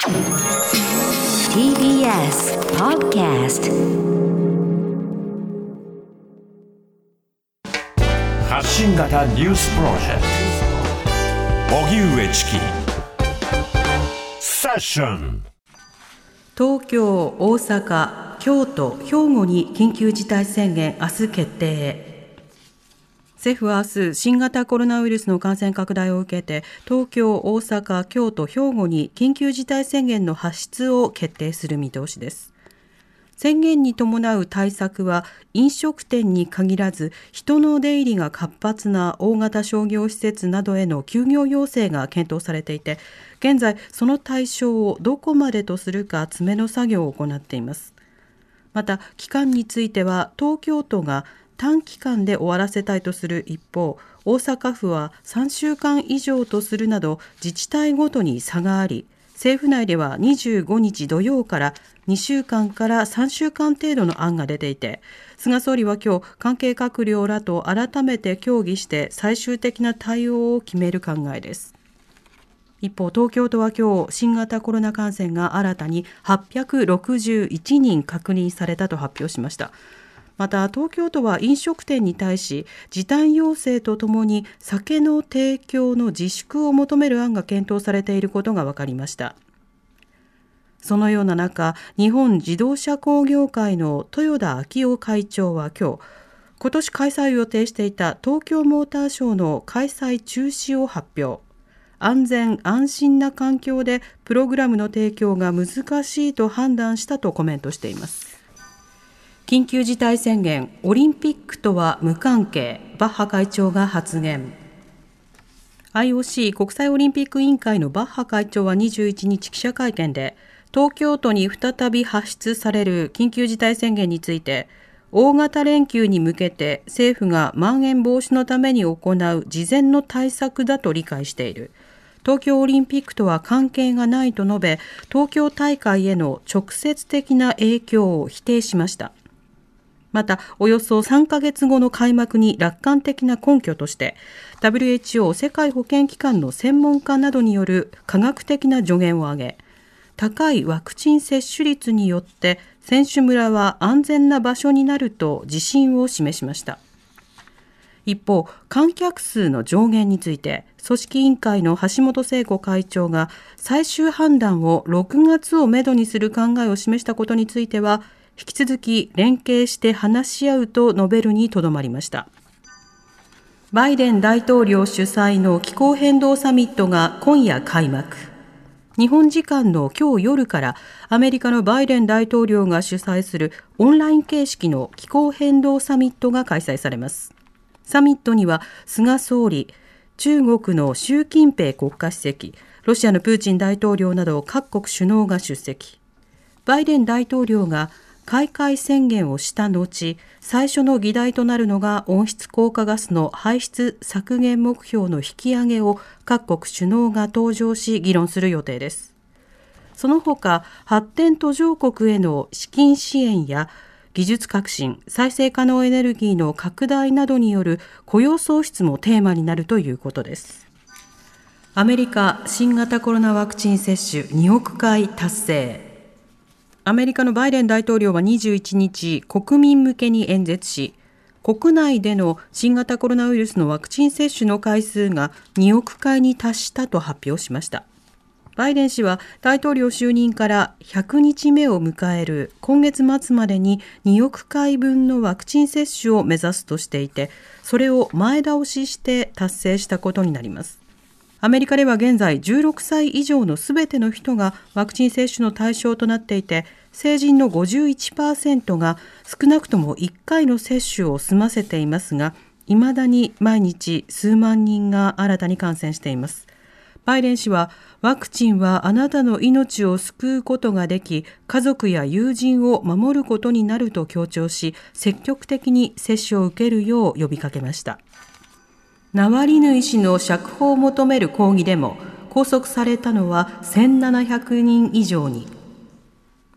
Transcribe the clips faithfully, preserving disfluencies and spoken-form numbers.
ティービーエス Podcast 発信型ニュースプロジェクト荻上チキセッション。 東京、大阪、京都、兵庫に緊急事態宣言明日決定。政府は明日、新型コロナウイルスの感染拡大を受けて、東京、大阪、京都、兵庫に緊急事態宣言の発出を決定する見通しです。宣言に伴う対策は飲食店に限らず、人の出入りが活発な大型商業施設などへの休業要請が検討されていて、現在その対象をどこまでとするか詰めの作業を行っています。また期間については東京都が短期間で終わらせたいとする一方、大阪府はさんしゅうかん以上とするなど自治体ごとに差があり、政府内ではにじゅうごにち土曜からにしゅうかんからさんしゅうかん程度の案が出ていて、菅総理は今日関係閣僚らと改めて協議して最終的な対応を決める考えです。一方、東京都は今日新型コロナ感染が新たにはっぴゃくろくじゅういちにん確認されたと発表しました。また東京都は飲食店に対し時短要請とともに酒の提供の自粛を求める案が検討されていることが分かりました。そのような中、日本自動車工業会の豊田章男会長は今日、今年開催を予定していた東京モーターショーの開催中止を発表。安全安心な環境でプログラムの提供が難しいと判断したとコメントしています。緊急事態宣言、オリンピックとは無関係、バッハ会長が発言。 アイオーシー 国際オリンピック委員会のバッハ会長はにじゅういちにち記者会見で、東京都に再び発出される緊急事態宣言について、大型連休に向けて政府がまん延防止のために行う事前の対策だと理解している。東京オリンピックとは関係がないと述べ、東京大会への直接的な影響を否定しました。また、およそさんかげつごの開幕に楽観的な根拠として、ダブリューエイチオー 世界保健機関の専門家などによる科学的な助言を挙げ、高いワクチン接種率によって選手村は安全な場所になると自信を示しました。一方、観客数の上限について、組織委員会の橋本聖子会長が最終判断をろくがつをめどにする考えを示したことについては、引き続き連携して話し合うと述べるにとどまりました。バイデン大統領主催の気候変動サミットが今夜開幕。日本時間の今日夜からアメリカのバイデン大統領が主催するオンライン形式の気候変動サミットが開催されます。サミットには菅総理、中国の習近平国家主席、ロシアのプーチン大統領など各国首脳が出席。バイデン大統領が開会宣言をした後、最初の議題となるのが温室効果ガスの排出削減目標の引き上げを各国首脳が登場し議論する予定です。その他、発展途上国への資金支援や技術革新、再生可能エネルギーの拡大などによる雇用創出もテーマになるということです。アメリカ新型コロナワクチン接種におくかい達成。アメリカのバイデン大統領はにじゅういちにち、国民向けに演説し、国内での新型コロナウイルスのワクチン接種の回数がにおくかいに達したと発表しました。バイデン氏は大統領就任からひゃくにちめを迎える今月末までににおくかいぶんのワクチン接種を目指すとしていて、それを前倒しして達成したことになります。アメリカでは現在じゅうろくさい以上のすべての人がワクチン接種の対象となっていて、成人の ごじゅういちパーセント が少なくともいっかいの接種を済ませていますが、未だに毎日数万人が新たに感染しています。バイデン氏は、ワクチンはあなたの命を救うことができ、家族や友人を守ることになると強調し、積極的に接種を受けるよう呼びかけました。ナワリヌイ氏の釈放を求める抗議デモ、拘束されたのはせんななひゃくにん以上に。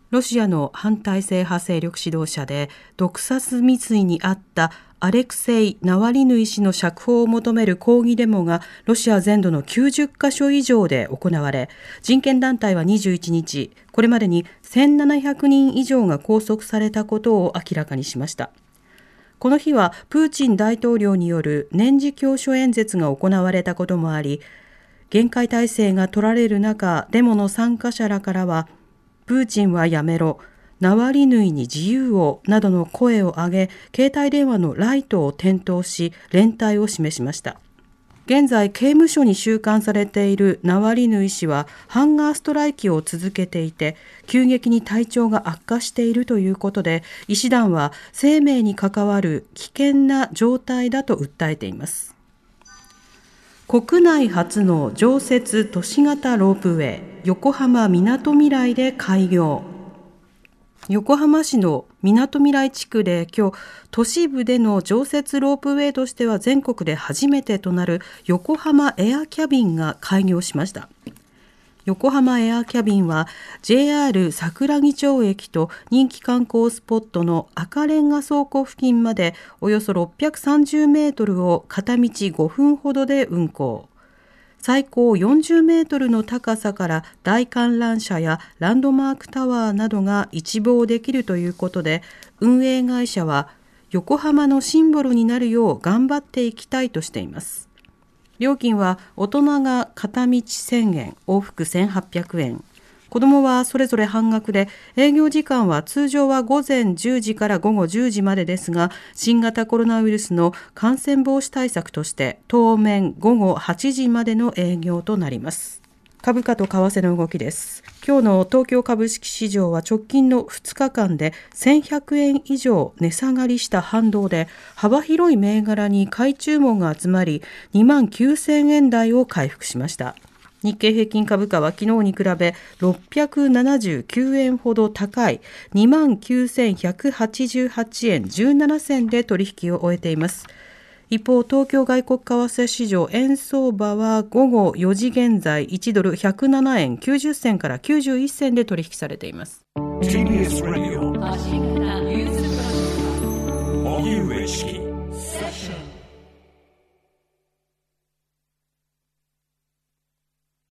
ロシアの反体制派勢力指導者で毒殺未遂にあったアレクセイ・ナワリヌイ氏の釈放を求める抗議デモがロシア全土のきゅうじゅっかしょ以上で行われ、人権団体はにじゅういちにち、これまでにせんななひゃくにん以上が拘束されたことを明らかにしました。この日はプーチン大統領による年次教書演説が行われたこともあり、厳戒態勢が取られる中、デモの参加者らからは、プーチンはやめろ、ナワリヌイに自由をなどの声を上げ、携帯電話のライトを点灯し、連帯を示しました。現在、刑務所に収監されているナワリヌイ氏は、ハンガーストライキを続けていて、急激に体調が悪化しているということで、医師団は生命に関わる危険な状態だと訴えています。国内初の常設都市型ロープウェイ、横浜みなとみらいで開業。横浜市のみなとみらい地区で今日、都市部での常設ロープウェイとしては全国で初めてとなる横浜エアキャビンが開業しました。横浜エアキャビンは ジェイアール 桜木町駅と人気観光スポットの赤レンガ倉庫付近までおよそろっぴゃくさんじゅうメートルを片道ごふんほどで運行。最高よんじゅうメートルの高さから大観覧車やランドマークタワーなどが一望できるということで、運営会社は横浜のシンボルになるよう頑張っていきたいとしています。料金は大人が片道せんえん、往復せんはっぴゃくえん。子どもはそれぞれ半額で、営業時間は通常は午前じゅうじから午後じゅうじまでですが、新型コロナウイルスの感染防止対策として当面午後はちじまでの営業となります。株価と為替の動きです。今日の東京株式市場は直近のふつかかんでせんひゃくえん以上値下がりした反動で、幅広い銘柄に買い注文が集まり、にまんきゅうせんえん台を回復しました。日経平均株価は昨日に比べろっぴゃくななじゅうきゅうえんほど高い にまんきゅうせんひゃくはちじゅうはちえんじゅうななせんで取引を終えています。一方、東京外国為替市場円相場は午後よじ現在いちドルひゃくななえんきゅうじゅっせんからきゅうじゅういっせんで取引されています。 ティービーエス ラジオ荻上チキ